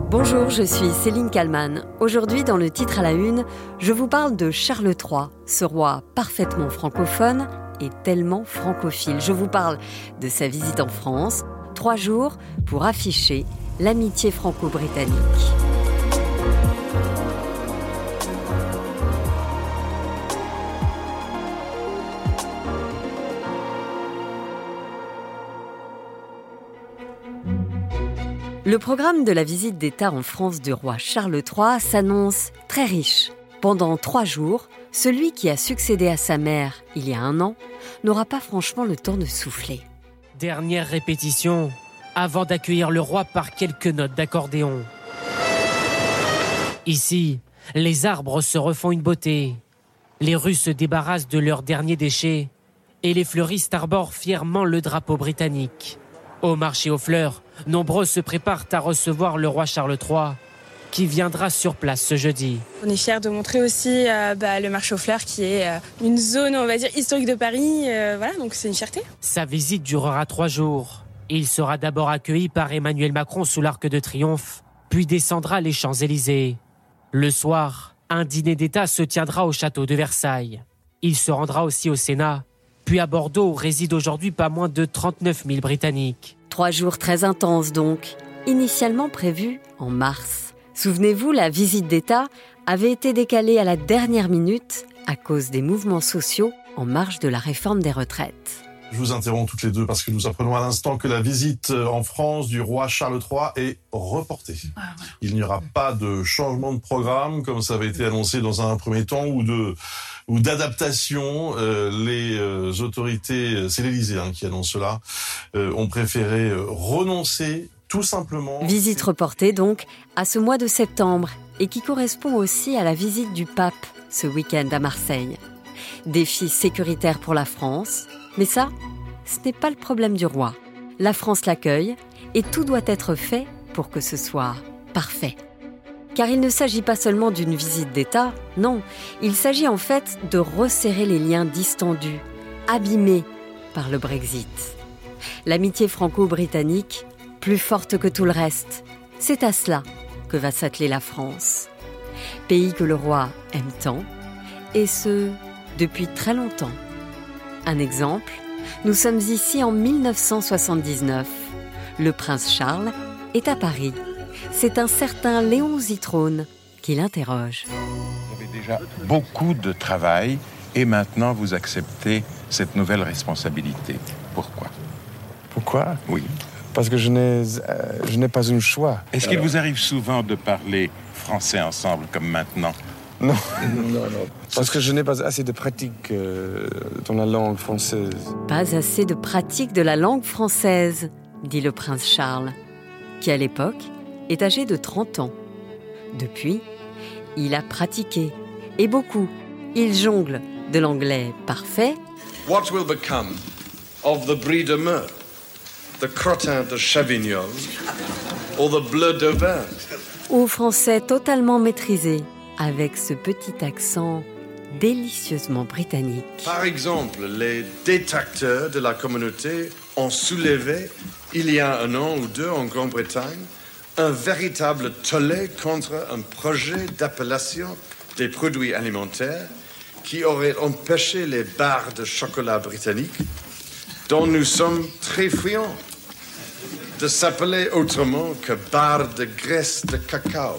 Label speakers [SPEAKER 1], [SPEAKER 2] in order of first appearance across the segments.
[SPEAKER 1] Bonjour, je suis Céline Kallmann. Aujourd'hui, dans le titre à la une, je vous parle de Charles III, ce roi parfaitement francophone et tellement francophile. Je vous parle de sa visite en France, 3 jours pour afficher l'amitié franco-britannique. Le programme de la visite d'État en France du roi Charles III s'annonce très riche. Pendant 3 jours, celui qui a succédé à sa mère il y a 1 an n'aura pas franchement le temps de souffler.
[SPEAKER 2] Dernière répétition, avant d'accueillir le roi par quelques notes d'accordéon. Ici, les arbres se refont une beauté. Les rues se débarrassent de leurs derniers déchets et les fleuristes arborent fièrement le drapeau britannique. Au marché aux fleurs, nombreux se préparent à recevoir le roi Charles III, qui viendra sur place ce jeudi.
[SPEAKER 3] On est fiers de montrer aussi le marché aux fleurs, qui est une zone, on va dire, historique de Paris. Voilà, donc c'est une fierté.
[SPEAKER 2] Sa visite durera 3 jours. Il sera d'abord accueilli par Emmanuel Macron sous l'Arc de Triomphe, puis descendra les Champs-Élysées. Le soir, un dîner d'État se tiendra au château de Versailles. Il se rendra aussi au Sénat, puis à Bordeaux où résident aujourd'hui pas moins de 39 000 Britanniques.
[SPEAKER 1] 3 jours très intenses donc, initialement prévus en mars. Souvenez-vous, la visite d'État avait été décalée à la dernière minute à cause des mouvements sociaux en marge de la réforme des retraites.
[SPEAKER 4] Je vous interromps toutes les deux parce que nous apprenons à l'instant que la visite en France du roi Charles III est reportée. Il n'y aura pas de changement de programme comme ça avait été annoncé dans un premier temps ou d'adaptation. Les autorités, c'est l'Élysée qui annonce cela, ont préféré renoncer tout simplement.
[SPEAKER 1] Visite reportée donc à ce mois de septembre et qui correspond aussi à la visite du pape ce week-end à Marseille. Défi sécuritaire pour la France, mais ça, ce n'est pas le problème du roi. La France l'accueille et tout doit être fait pour que ce soit parfait. Car il ne s'agit pas seulement d'une visite d'État, non, il s'agit en fait de resserrer les liens distendus, abîmés par le Brexit. L'amitié franco-britannique, plus forte que tout le reste, c'est à cela que va s'atteler la France. Pays que le roi aime tant, et ce, depuis très longtemps. Un exemple, nous sommes ici en 1979. Le prince Charles est à Paris. C'est un certain Léon Zitrone qui l'interroge.
[SPEAKER 5] Vous avez déjà beaucoup de travail et maintenant vous acceptez cette nouvelle responsabilité. Pourquoi ?
[SPEAKER 6] Pourquoi ?
[SPEAKER 5] Oui.
[SPEAKER 6] Parce que je n'ai pas un choix.
[SPEAKER 5] Est-ce qu'il vous arrive souvent de parler français ensemble comme maintenant ?
[SPEAKER 6] Non. Parce que je n'ai pas assez de pratique dans la langue française.
[SPEAKER 1] Pas assez de pratique de la langue française, dit le prince Charles, qui à l'époque est âgé de 30 ans. Depuis, il a pratiqué, et beaucoup. Il jongle de l'anglais parfait.
[SPEAKER 7] What will become of the brie de Meaux, the crottin de Chavignon, or the bleu d'Auvergne?
[SPEAKER 1] Au français totalement maîtrisé, avec ce petit accent délicieusement britannique.
[SPEAKER 7] Par exemple, les détracteurs de la communauté ont soulevé, il y a 1 an ou 2 en Grande-Bretagne, un véritable tollé contre un projet d'appellation des produits alimentaires qui aurait empêché les barres de chocolat britanniques, dont nous sommes très friands, de s'appeler autrement que barres de graisse de cacao.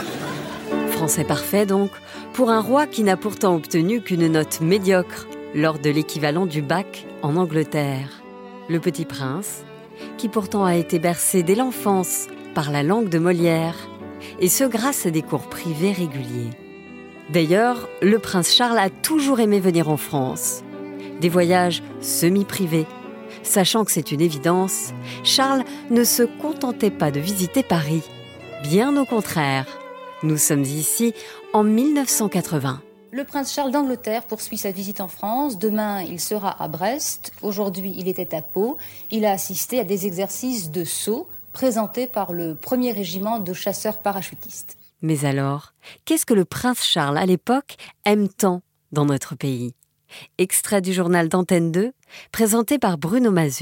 [SPEAKER 1] Français parfait donc, pour un roi qui n'a pourtant obtenu qu'une note médiocre lors de l'équivalent du bac en Angleterre. Le Petit Prince, qui pourtant a été bercé dès l'enfance par la langue de Molière, et ce grâce à des cours privés réguliers. D'ailleurs, le prince Charles a toujours aimé venir en France. Des voyages semi-privés. Sachant que c'est une évidence, Charles ne se contentait pas de visiter Paris. Bien au contraire. Nous sommes ici en 1980.
[SPEAKER 8] Le prince Charles d'Angleterre poursuit sa visite en France. Demain, il sera à Brest. Aujourd'hui, il était à Pau. Il a assisté à des exercices de saut présentés par le 1er régiment de chasseurs parachutistes.
[SPEAKER 1] Mais alors, qu'est-ce que le prince Charles, à l'époque, aime tant dans notre pays ? Extrait du journal d'Antenne 2, présenté par Bruno Mazur,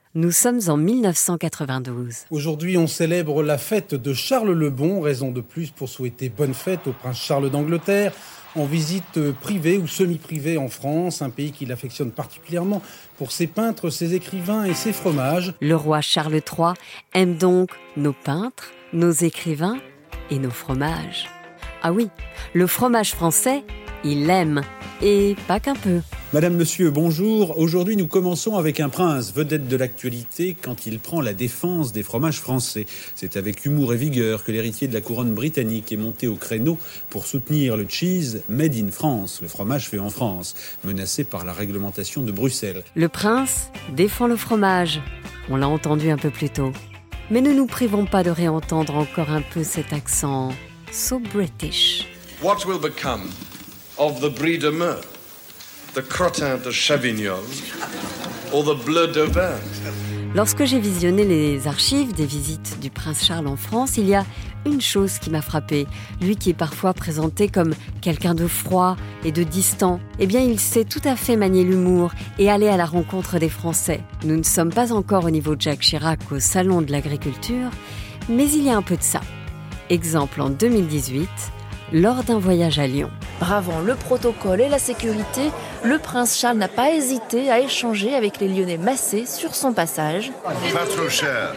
[SPEAKER 1] Nous sommes en 1992.
[SPEAKER 9] Aujourd'hui, on célèbre la fête de Charles le Bon, raison de plus pour souhaiter bonne fête au prince Charles d'Angleterre, en visite privée ou semi-privée en France, un pays qu'il affectionne particulièrement pour ses peintres, ses écrivains et ses fromages.
[SPEAKER 1] Le roi Charles III aime donc nos peintres, nos écrivains et nos fromages. Ah oui, le fromage français, il l'aime, et pas qu'un peu.
[SPEAKER 10] Madame, monsieur, bonjour. Aujourd'hui, nous commençons avec un prince, vedette de l'actualité, quand il prend la défense des fromages français. C'est avec humour et vigueur que l'héritier de la couronne britannique est monté au créneau pour soutenir le cheese made in France, le fromage fait en France, menacé par la réglementation de Bruxelles.
[SPEAKER 1] Le prince défend le fromage. On l'a entendu un peu plus tôt. Mais ne nous privons pas de réentendre encore un peu cet accent so British.
[SPEAKER 7] What will become of the brie de Meaux, the crottin de Chavignol, or the bleu d'Auvergne?
[SPEAKER 1] Lorsque j'ai visionné les archives des visites du prince Charles en France, il y a une chose qui m'a frappée. Lui qui est parfois présenté comme quelqu'un de froid et de distant, eh bien il sait tout à fait manier l'humour et aller à la rencontre des Français. Nous ne sommes pas encore au niveau de Jacques Chirac au Salon de l'Agriculture, mais il y a un peu de ça. Exemple en 2018, lors d'un voyage à Lyon.
[SPEAKER 11] Bravant le protocole et la sécurité, le prince Charles n'a pas hésité à échanger avec les Lyonnais massés sur son passage.
[SPEAKER 7] Pas trop cher.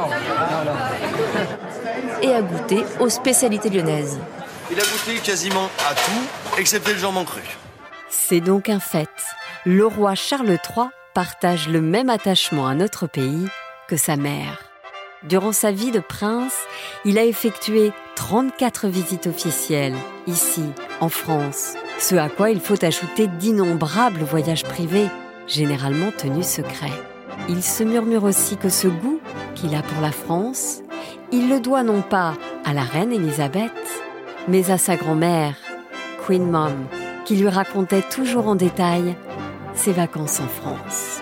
[SPEAKER 11] Et à goûter aux spécialités lyonnaises.
[SPEAKER 12] Il a goûté quasiment à tout, excepté le jambon cru.
[SPEAKER 1] C'est donc un fait. Le roi Charles III partage le même attachement à notre pays que sa mère. Durant sa vie de prince, il a effectué 34 visites officielles, ici, en France. Ce à quoi il faut ajouter d'innombrables voyages privés, généralement tenus secrets. Il se murmure aussi que ce goût qu'il a pour la France, il le doit non pas à la reine Elisabeth, mais à sa grand-mère, Queen Mom, qui lui racontait toujours en détail ses vacances en France.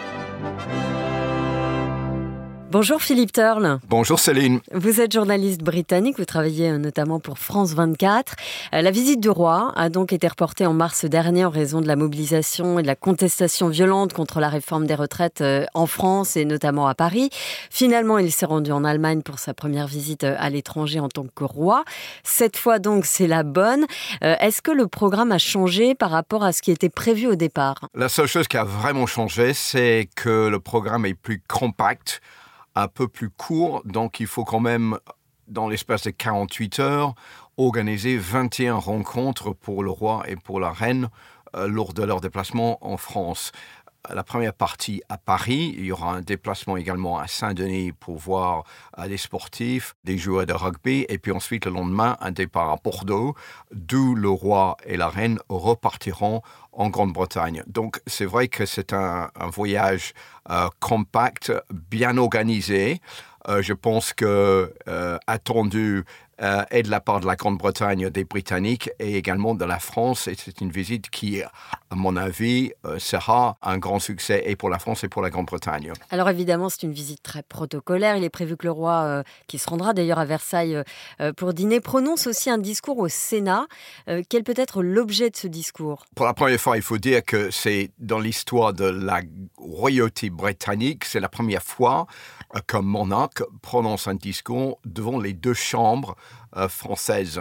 [SPEAKER 1] Bonjour Philippe Turle.
[SPEAKER 13] Bonjour Céline.
[SPEAKER 1] Vous êtes journaliste britannique, vous travaillez notamment pour France 24. La visite du roi a donc été reportée en mars dernier en raison de la mobilisation et de la contestation violente contre la réforme des retraites en France et notamment à Paris. Finalement, il s'est rendu en Allemagne pour sa première visite à l'étranger en tant que roi. Cette fois donc, c'est la bonne. Est-ce que le programme a changé par rapport à ce qui était prévu au départ ?
[SPEAKER 13] La seule chose qui a vraiment changé, c'est que le programme est plus compact, un peu plus court, donc il faut quand même, dans l'espace de 48 heures, organiser 21 rencontres pour le roi et pour la reine lors de leur déplacement en France. La première partie à Paris, il y aura un déplacement également à Saint-Denis pour voir des sportifs, des joueurs de rugby, et puis ensuite le lendemain, un départ à Bordeaux, d'où le roi et la reine repartiront en Grande-Bretagne. Donc c'est vrai que c'est un voyage compact, bien organisé. Je pense que attendu et de la part de la Grande-Bretagne, des Britanniques et également de la France. Et c'est une visite qui, à mon avis, sera un grand succès et pour la France et pour la Grande-Bretagne.
[SPEAKER 1] Alors évidemment, c'est une visite très protocolaire. Il est prévu que le roi, qui se rendra d'ailleurs à Versailles pour dîner, prononce aussi un discours au Sénat. Quel peut être l'objet de ce discours ?
[SPEAKER 13] Pour la première fois, il faut dire que c'est dans l'histoire de la royauté britannique, c'est la première fois qu'un monarque prononce un discours devant les deux chambres françaises.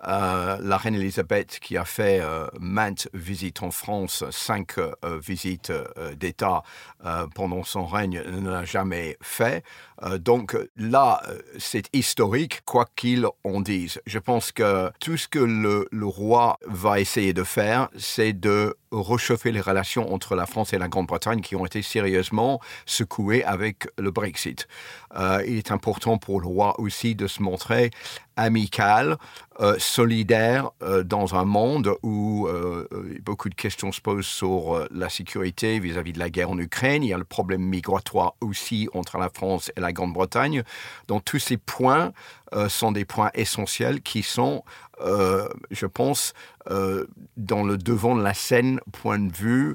[SPEAKER 13] La reine Elisabeth, qui a fait maintes visites en France, 5 visites d'État pendant son règne, ne l'a jamais fait. Donc là, c'est historique, quoi qu'il en dise. Je pense que tout ce que le roi va essayer de faire, c'est de réchauffer les relations entre la France et la Grande-Bretagne qui ont été sérieusement secouées avec le Brexit. Il est important pour le roi aussi de se montrer amical, solidaire dans un monde où beaucoup de questions se posent sur la sécurité vis-à-vis de la guerre en Ukraine. Il y a le problème migratoire aussi entre la France et la Grande-Bretagne. Donc tous ces points sont des points essentiels qui sont, je pense, dans le devant de la scène, point de vue,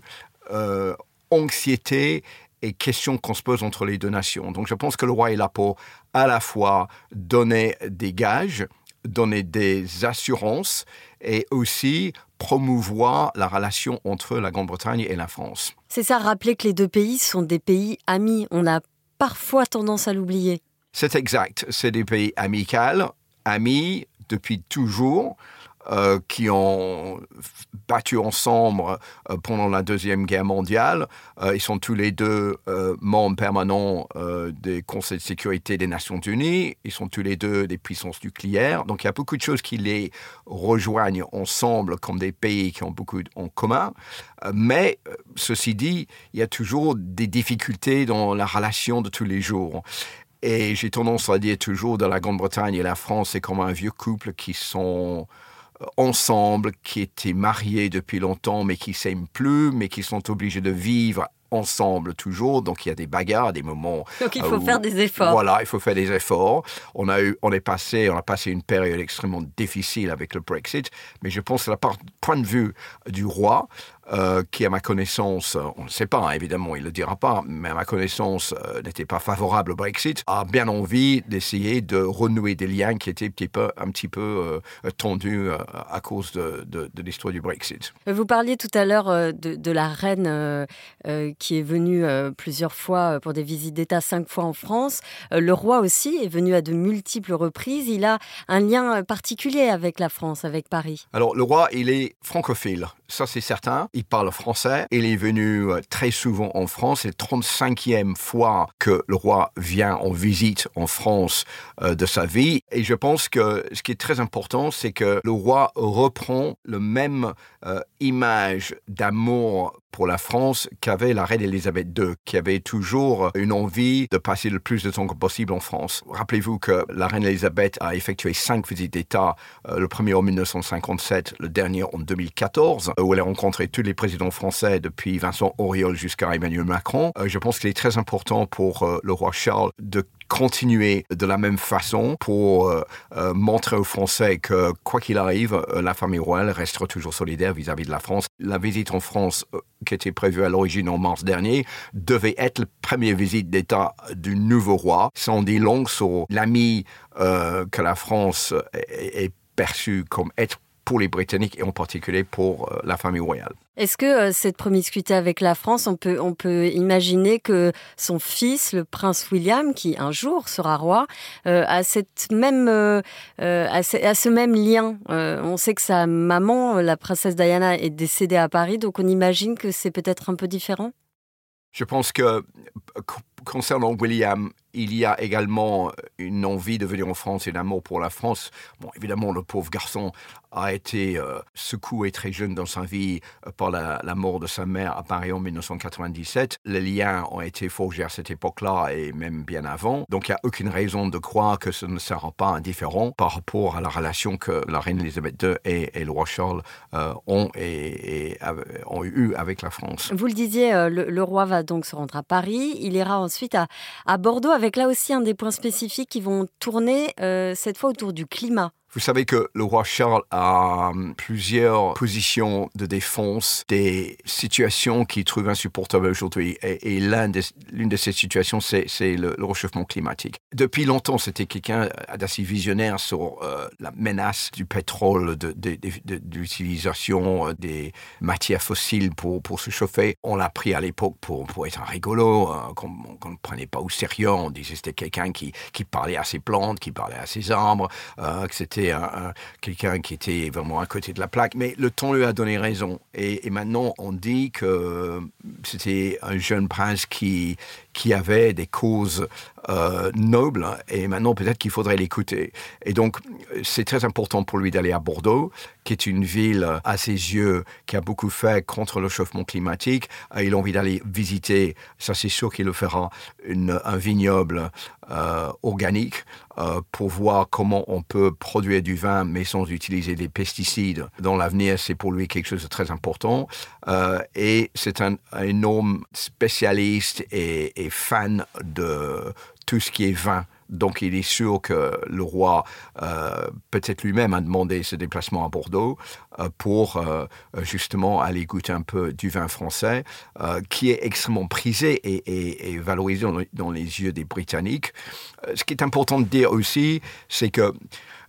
[SPEAKER 13] anxiété et questions qu'on se pose entre les deux nations. Donc je pense que le roi est là pour à la fois donner des gages, donner des assurances et aussi promouvoir la relation entre la Grande-Bretagne et la France.
[SPEAKER 1] C'est ça, rappeler que les deux pays sont des pays amis. On n'a parfois tendance à l'oublier.
[SPEAKER 13] C'est exact. C'est des pays amicaux, amis depuis toujours, qui ont battu ensemble pendant la Deuxième Guerre mondiale. Ils sont tous les deux membres permanents des Conseils de sécurité des Nations Unies. Ils sont tous les deux des puissances nucléaires. Donc il y a beaucoup de choses qui les rejoignent ensemble comme des pays qui ont beaucoup en commun. Mais ceci dit, il y a toujours des difficultés dans la relation de tous les jours. Et j'ai tendance à dire toujours de la Grande-Bretagne et la France, c'est comme un vieux couple qui sont ensemble, qui étaient mariés depuis longtemps, mais qui ne s'aiment plus, mais qui sont obligés de vivre ensemble toujours. Donc il y a des bagarres, des moments.
[SPEAKER 1] Donc il faut faire des efforts.
[SPEAKER 13] Voilà, il faut faire des efforts. On a passé une période extrêmement difficile avec le Brexit, mais je pense que point de vue du roi, qui à ma connaissance, on ne sait pas, évidemment, il ne le dira pas, mais à ma connaissance n'était pas favorable au Brexit, a bien envie d'essayer de renouer des liens qui étaient un petit peu tendus à cause de l'histoire du Brexit.
[SPEAKER 1] Vous parliez tout à l'heure de la reine qui est venue plusieurs fois pour des visites d'État, 5 fois en France. Le roi aussi est venu à de multiples reprises. Il a un lien particulier avec la France, avec Paris.
[SPEAKER 13] Alors, le roi, il est francophile, ça c'est certain. Il parle français. Il est venu très souvent en France. C'est la 35e fois que le roi vient en visite en France de sa vie. Et je pense que ce qui est très important, c'est que le roi reprend le même image d'amour pour la France qu'avait la reine Elisabeth II, qui avait toujours une envie de passer le plus de temps possible en France. Rappelez-vous que la reine Elisabeth a effectué 5 visites d'État, le premier en 1957, le dernier en 2014, où elle a rencontré tous les présidents français depuis Vincent Auriol jusqu'à Emmanuel Macron. Je pense qu'il est très important pour le roi Charles de continuer de la même façon pour montrer aux Français que, quoi qu'il arrive, la famille royale restera toujours solidaire vis-à-vis de la France. La visite en France, qui était prévue à l'origine en mars dernier, devait être la première visite d'État du nouveau roi. Ça en dit long sur l'ami que la France est perçue comme être pour les Britanniques et en particulier pour la famille royale.
[SPEAKER 1] Est-ce que cette promiscuité avec la France, on peut imaginer que son fils, le prince William, qui un jour sera roi, a ce même lien. On sait que sa maman, la princesse Diana, est décédée à Paris, donc on imagine que c'est peut-être un peu différent.
[SPEAKER 13] Je pense que concernant William, il y a également une envie de venir en France et un amour pour la France. Bon, évidemment, le pauvre garçon a été secoué très jeune dans sa vie par la mort de sa mère à Paris en 1997. Les liens ont été forgés à cette époque-là et même bien avant. Donc, il n'y a aucune raison de croire que ce ne sera pas indifférent par rapport à la relation que la reine Elisabeth II et le roi Charles ont eu avec la France.
[SPEAKER 1] Vous le disiez, le roi va donc se rendre à Paris. Il ira ensuite à Bordeaux avec là aussi un des points spécifiques qui vont tourner cette fois autour du climat.
[SPEAKER 13] Vous savez que le roi Charles a plusieurs positions de défense des situations qu'il trouve insupportables aujourd'hui. Et l'une de ces situations, c'est le réchauffement climatique. Depuis longtemps, c'était quelqu'un d'assez visionnaire sur la menace du pétrole, de l'utilisation des matières fossiles pour se chauffer. On l'a pris à l'époque pour être un rigolo, qu'on ne prenait pas au sérieux. On disait que c'était quelqu'un qui parlait à ses plantes, qui parlait à ses arbres, que c'était quelqu'un qui était vraiment à côté de la plaque. Mais le temps lui a donné raison. Et maintenant, on dit que c'était un jeune prince qui avait des causes nobles. Et maintenant, peut-être qu'il faudrait l'écouter. Et donc, c'est très important pour lui d'aller à Bordeaux, qui est une ville, à ses yeux, qui a beaucoup fait contre le réchauffement climatique. Il a envie d'aller visiter, ça c'est sûr qu'il le fera, un vignoble organique pour voir comment on peut produire du vin mais sans utiliser des pesticides. Dans l'avenir, c'est pour lui quelque chose de très important. Et c'est un énorme spécialiste et fan de tout ce qui est vin. Donc, il est sûr que le roi, peut-être lui-même, a demandé ce déplacement à Bordeaux pour justement aller goûter un peu du vin français, qui est extrêmement prisé et valorisé dans les yeux des Britanniques. Ce qui est important de dire aussi, c'est que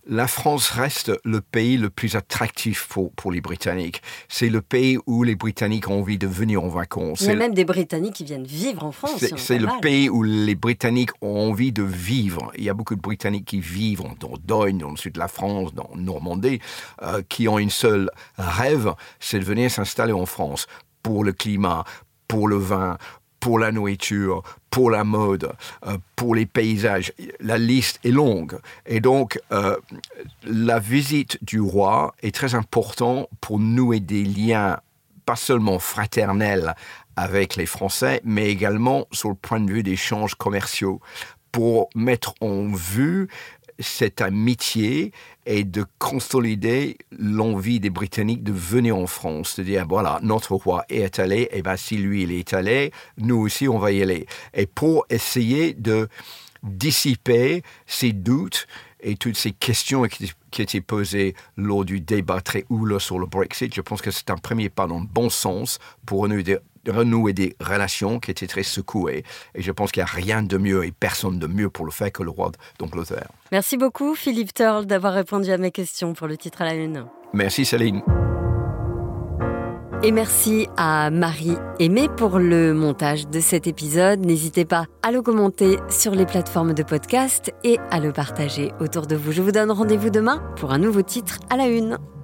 [SPEAKER 13] la France reste le pays le plus attractif pour les Britanniques. C'est le pays où les Britanniques ont envie de venir en vacances.
[SPEAKER 1] Il y a même des Britanniques qui viennent vivre en France.
[SPEAKER 13] C'est le pays où les Britanniques ont envie de vivre. Il y a beaucoup de Britanniques qui vivent en Dordogne, dans le sud de la France, dans Normandie, qui ont une seule rêve, c'est de venir s'installer en France pour le climat, pour le vin, pour la nourriture, pour la mode, pour les paysages. La liste est longue. Et donc, la visite du roi est très importante pour nouer des liens, pas seulement fraternels avec les Français, mais également sur le point de vue des échanges commerciaux, pour mettre en vue cette amitié et de consolider l'envie des Britanniques de venir en France, de dire, voilà, notre roi est allé, et bien si lui, il est allé, nous aussi, on va y aller. Et pour essayer de dissiper ces doutes et toutes ces questions qui étaient posées lors du débat très houleux sur le Brexit, je pense que c'est un premier pas dans le bon sens pour renouer des relations qui étaient très secouées. Et je pense qu'il n'y a rien de mieux et personne de mieux pour le faire que le roi d'Angleterre.
[SPEAKER 1] Merci beaucoup Philippe Turle d'avoir répondu à mes questions pour le titre à la une.
[SPEAKER 13] Merci Céline.
[SPEAKER 1] Et merci à Marie-Aimée pour le montage de cet épisode. N'hésitez pas à le commenter sur les plateformes de podcast et à le partager autour de vous. Je vous donne rendez-vous demain pour un nouveau titre à la une.